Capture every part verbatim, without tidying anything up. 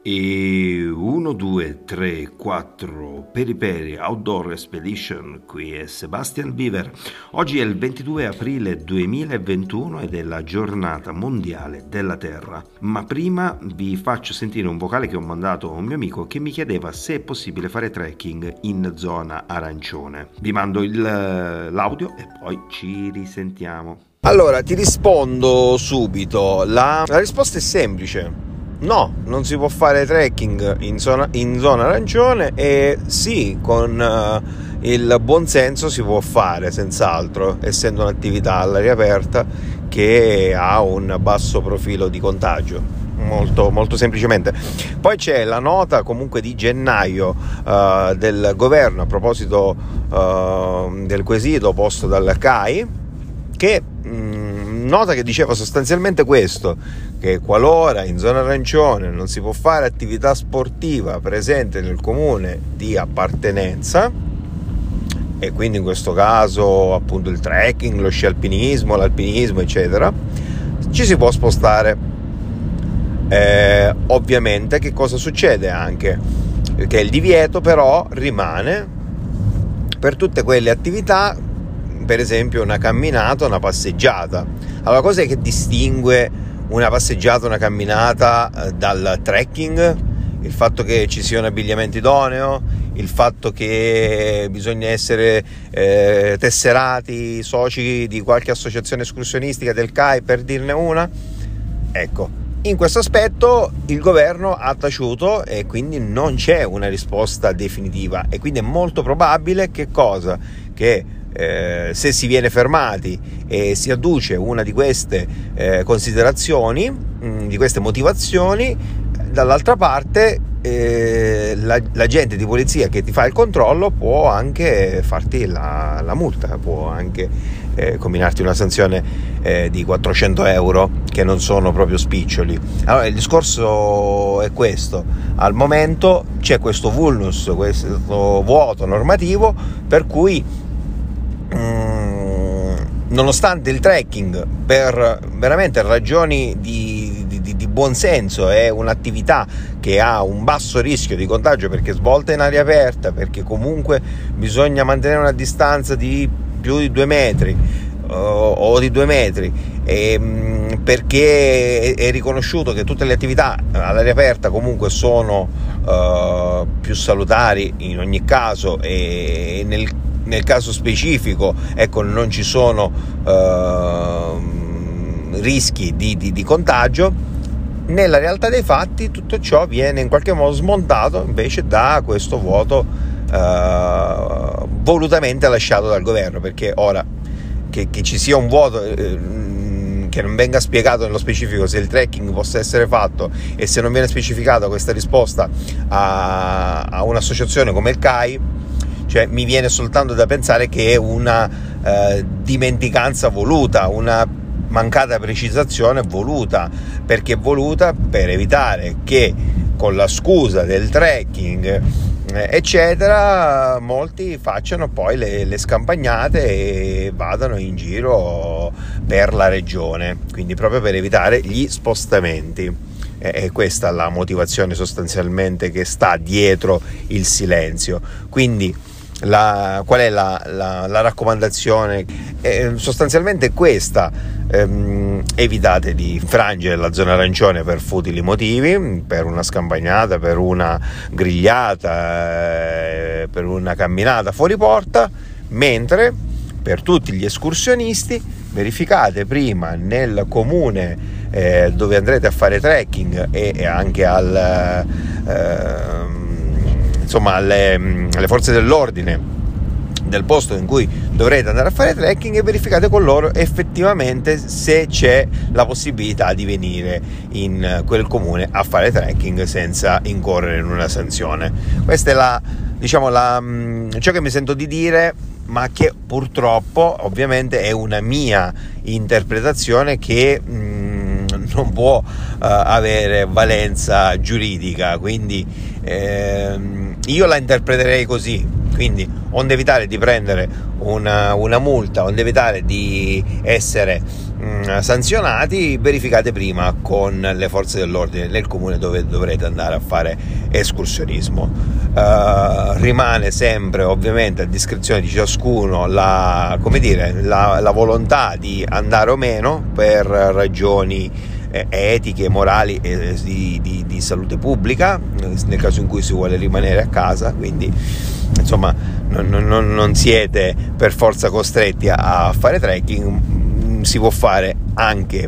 E uno, due, tre, quattro, Peri Peri Outdoor Expedition, qui è Sebastian Beaver. Oggi è il ventidue aprile duemilaventuno ed è la giornata mondiale della Terra. Ma prima vi faccio sentire un vocale che ho mandato a un mio amico che mi chiedeva se è possibile fare trekking in zona arancione. Vi mando il, l'audio e poi ci risentiamo. Allora, ti rispondo subito. La, la risposta è semplice. No, non si può fare trekking in zona, in zona arancione e sì, con uh, il buon senso si può fare, senz'altro, essendo un'attività all'aria aperta che ha un basso profilo di contagio, molto, molto semplicemente. Poi c'è la nota comunque di gennaio uh, del governo a proposito uh, del quesito posto dal C A I, che mh, nota che diceva sostanzialmente questo, che qualora in zona arancione non si può fare attività sportiva presente nel comune di appartenenza, e quindi in questo caso appunto il trekking, lo sci alpinismo, l'alpinismo eccetera, ci si può spostare. Eh, ovviamente che cosa succede anche? Che il divieto però rimane per tutte quelle attività, per esempio una camminata, una passeggiata. Allora, cos'è che distingue una passeggiata, una camminata dal trekking? Il fatto che ci sia un abbigliamento idoneo, il fatto che bisogna essere eh, tesserati, soci di qualche associazione escursionistica del C A I, per dirne una. Ecco, in questo aspetto il governo ha taciuto e quindi non c'è una risposta definitiva, e quindi è molto probabile che cosa? Che Eh, se si viene fermati e si adduce una di queste eh, considerazioni, mh, di queste motivazioni, dall'altra parte eh, la, l'agente di polizia che ti fa il controllo può anche farti la, la multa, può anche eh, comminarti una sanzione eh, di quattrocento euro, che non sono proprio spiccioli. Allora il discorso è questo: al momento c'è questo vulnus, questo vuoto normativo, per cui nonostante il trekking per veramente ragioni di, di, di buon senso è un'attività che ha un basso rischio di contagio, perché è svolta in aria aperta, perché comunque bisogna mantenere una distanza di più di due metri o, o di due metri, e, perché è, è riconosciuto che tutte le attività all'aria aperta comunque sono uh, più salutari in ogni caso, e, e nel Nel caso specifico, ecco, non ci sono uh, rischi di, di, di contagio. Nella realtà dei fatti tutto ciò viene in qualche modo smontato invece da questo vuoto uh, volutamente lasciato dal governo, perché ora che, che ci sia un vuoto, eh, che non venga spiegato nello specifico se il trekking possa essere fatto, e se non viene specificata questa risposta a, a un'associazione come il C A I, cioè mi viene soltanto da pensare che è una eh, dimenticanza voluta, una mancata precisazione voluta, perché è voluta per evitare che con la scusa del trekking eh, eccetera molti facciano poi le, le scampagnate e vadano in giro per la regione, quindi proprio per evitare gli spostamenti. È questa la motivazione sostanzialmente che sta dietro il silenzio. Quindi la, qual è la, la, la raccomandazione? È sostanzialmente questa: ehm, evitate di infrangere la zona arancione per futili motivi, per una scampagnata, per una grigliata, eh, per una camminata fuori porta, mentre per tutti gli escursionisti verificate prima nel comune eh, dove andrete a fare trekking, e, e anche al eh, insomma alle, alle forze dell'ordine del posto in cui dovrete andare a fare trekking, e verificate con loro effettivamente se c'è la possibilità di venire in quel comune a fare trekking senza incorrere in una sanzione. Questa è la, diciamo, la, ciò che mi sento di dire, ma che purtroppo ovviamente è una mia interpretazione che mh, non può uh, avere valenza giuridica, quindi ehm, io la interpreterei così. Quindi onde evitare di prendere una, una multa, onde evitare di essere mh, sanzionati, verificate prima con le forze dell'ordine nel comune dove dovrete andare a fare escursionismo. Uh, rimane sempre ovviamente a discrezione di ciascuno la, come dire, la, la volontà di andare o meno per ragioni eh, etiche, morali e di, di, di salute pubblica, nel caso in cui si vuole rimanere a casa. Quindi insomma non, non, non siete per forza costretti a, a fare trekking, si può fare anche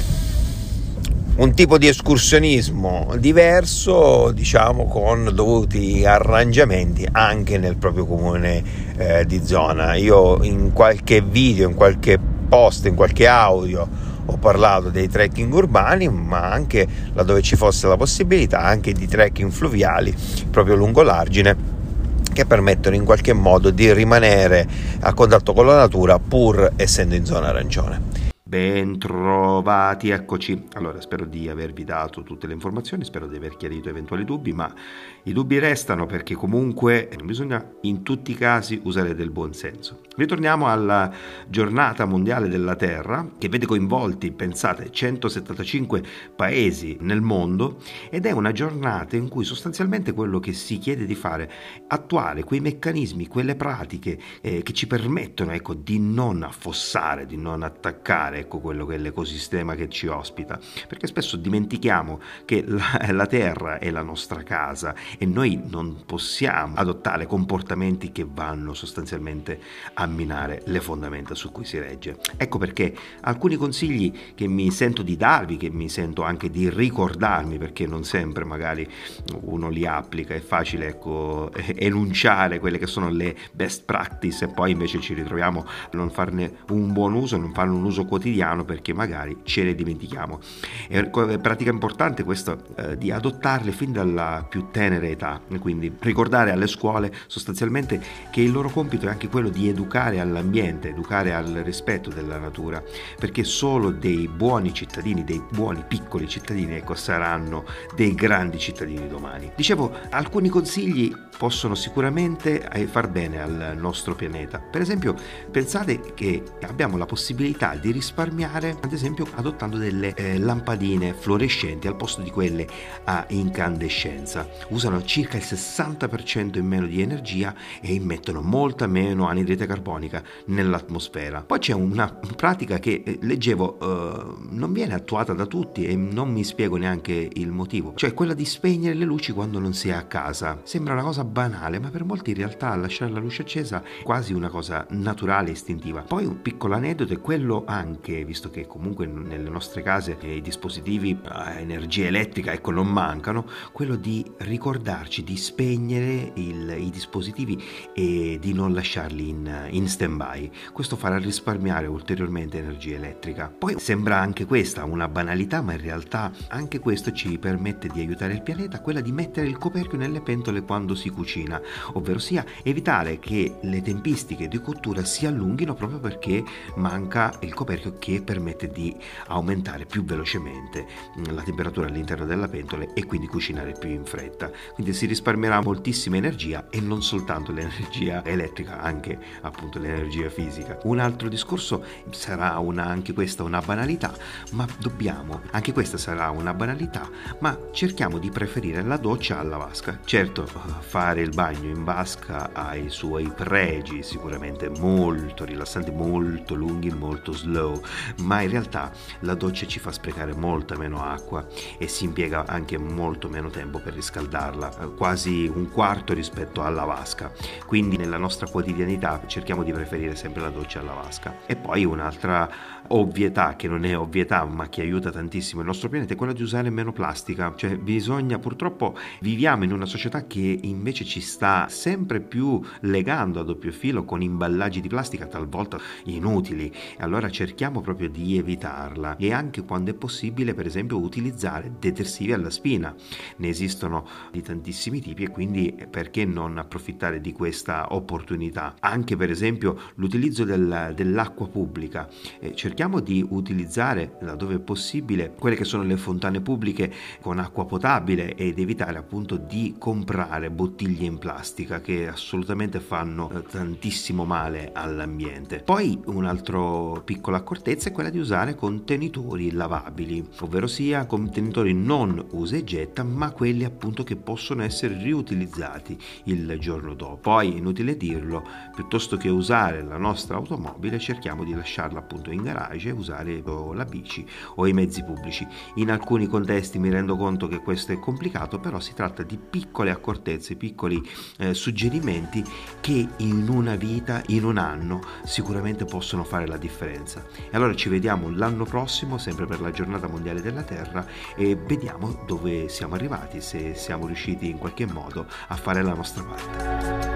un tipo di escursionismo diverso, diciamo, con dovuti arrangiamenti anche nel proprio comune eh, di zona. Io in qualche video, in qualche post, in qualche audio ho parlato dei trekking urbani, ma anche laddove ci fosse la possibilità anche di trekking fluviali proprio lungo l'argine, che permettono in qualche modo di rimanere a contatto con la natura pur essendo in zona arancione. Ben trovati, eccoci. Allora, spero di avervi dato tutte le informazioni, spero di aver chiarito eventuali dubbi, ma i dubbi restano perché comunque bisogna in tutti i casi usare del buon senso. Ritorniamo alla giornata mondiale della Terra, che vede coinvolti, pensate, centosettantacinque paesi nel mondo, ed è una giornata in cui sostanzialmente quello che si chiede di fare è attuare quei meccanismi, quelle pratiche eh, che ci permettono, ecco, di non affossare, di non attaccare, ecco, quello che è l'ecosistema che ci ospita, perché spesso dimentichiamo che la, la terra è la nostra casa e noi non possiamo adottare comportamenti che vanno sostanzialmente a minare le fondamenta su cui si regge. Ecco perché alcuni consigli che mi sento di darvi, che mi sento anche di ricordarmi, perché non sempre magari uno li applica, è facile, ecco, enunciare quelle che sono le best practice e poi invece ci ritroviamo a non farne un buon uso, non farne un uso quotidiano perché magari ce le dimentichiamo. È pratica importante questo eh, di adottarle fin dalla più tenera età, quindi ricordare alle scuole sostanzialmente che il loro compito è anche quello di educare all'ambiente, educare al rispetto della natura, perché solo dei buoni cittadini, dei buoni piccoli cittadini, ecco, saranno dei grandi cittadini domani. Dicevo, alcuni consigli possono sicuramente far bene al nostro pianeta. Per esempio, pensate che abbiamo la possibilità di risparmiare, ad esempio adottando delle eh, lampadine fluorescenti al posto di quelle a incandescenza. Usano circa il sessanta per cento in meno di energia e immettono molta meno anidride carbonica nell'atmosfera. Poi c'è una pratica che eh, leggevo eh, non viene attuata da tutti e non mi spiego neanche il motivo, cioè quella di spegnere le luci quando non si è a casa. Sembra una cosa banale, ma per molti in realtà lasciare la luce accesa è quasi una cosa naturale e istintiva. Poi un piccolo aneddoto è quello anche, visto che comunque nelle nostre case eh, i dispositivi a energia elettrica, ecco, non mancano, quello di ricordarci di spegnere il, i dispositivi e di non lasciarli in, in stand-by. Questo farà risparmiare ulteriormente energia elettrica. Poi sembra anche questa una banalità, ma in realtà anche questo ci permette di aiutare il pianeta, quella di mettere il coperchio nelle pentole quando si cucina, ovvero sia evitare che le tempistiche di cottura si allunghino proprio perché manca il coperchio che permette di aumentare più velocemente la temperatura all'interno della pentola e quindi cucinare più in fretta. Quindi si risparmierà moltissima energia e non soltanto l'energia elettrica, anche appunto l'energia fisica. Un altro discorso sarà una, anche questa una banalità, ma dobbiamo, anche questa sarà una banalità, ma cerchiamo di preferire la doccia alla vasca. Certo, fare il bagno in vasca ha i suoi pregi, sicuramente molto rilassanti, molto lunghi, molto slow, ma in realtà la doccia ci fa sprecare molta meno acqua e si impiega anche molto meno tempo per riscaldarla, quasi un quarto rispetto alla vasca. Quindi nella nostra quotidianità cerchiamo di preferire sempre la doccia alla vasca. E poi un'altra ovvietà, che non è ovvietà ma che aiuta tantissimo il nostro pianeta, è quella di usare meno plastica. Cioè bisogna, purtroppo viviamo in una società che invece ci sta sempre più legando a doppio filo con imballaggi di plastica talvolta inutili, e allora cerchiamo proprio di evitarla. E anche quando è possibile, per esempio, utilizzare detersivi alla spina. Ne esistono di tantissimi tipi e quindi perché non approfittare di questa opportunità? Anche per esempio l'utilizzo del, dell'acqua pubblica, eh, cerchiamo cerchiamo di utilizzare laddove è possibile quelle che sono le fontane pubbliche con acqua potabile ed evitare appunto di comprare bottiglie in plastica che assolutamente fanno eh, tantissimo male all'ambiente. Poi un'altra piccola accortezza è quella di usare contenitori lavabili, ovvero sia contenitori non usa e getta, ma quelli appunto che possono essere riutilizzati il giorno dopo. Poi, inutile dirlo, piuttosto che usare la nostra automobile cerchiamo di lasciarla appunto in garage e usare la bici o i mezzi pubblici. In alcuni contesti mi rendo conto che questo è complicato, però si tratta di piccole accortezze, piccoli eh, suggerimenti che in una vita, in un anno, sicuramente possono fare la differenza. E allora ci vediamo l'anno prossimo, sempre per la giornata mondiale della Terra, e vediamo dove siamo arrivati, se siamo riusciti in qualche modo a fare la nostra parte.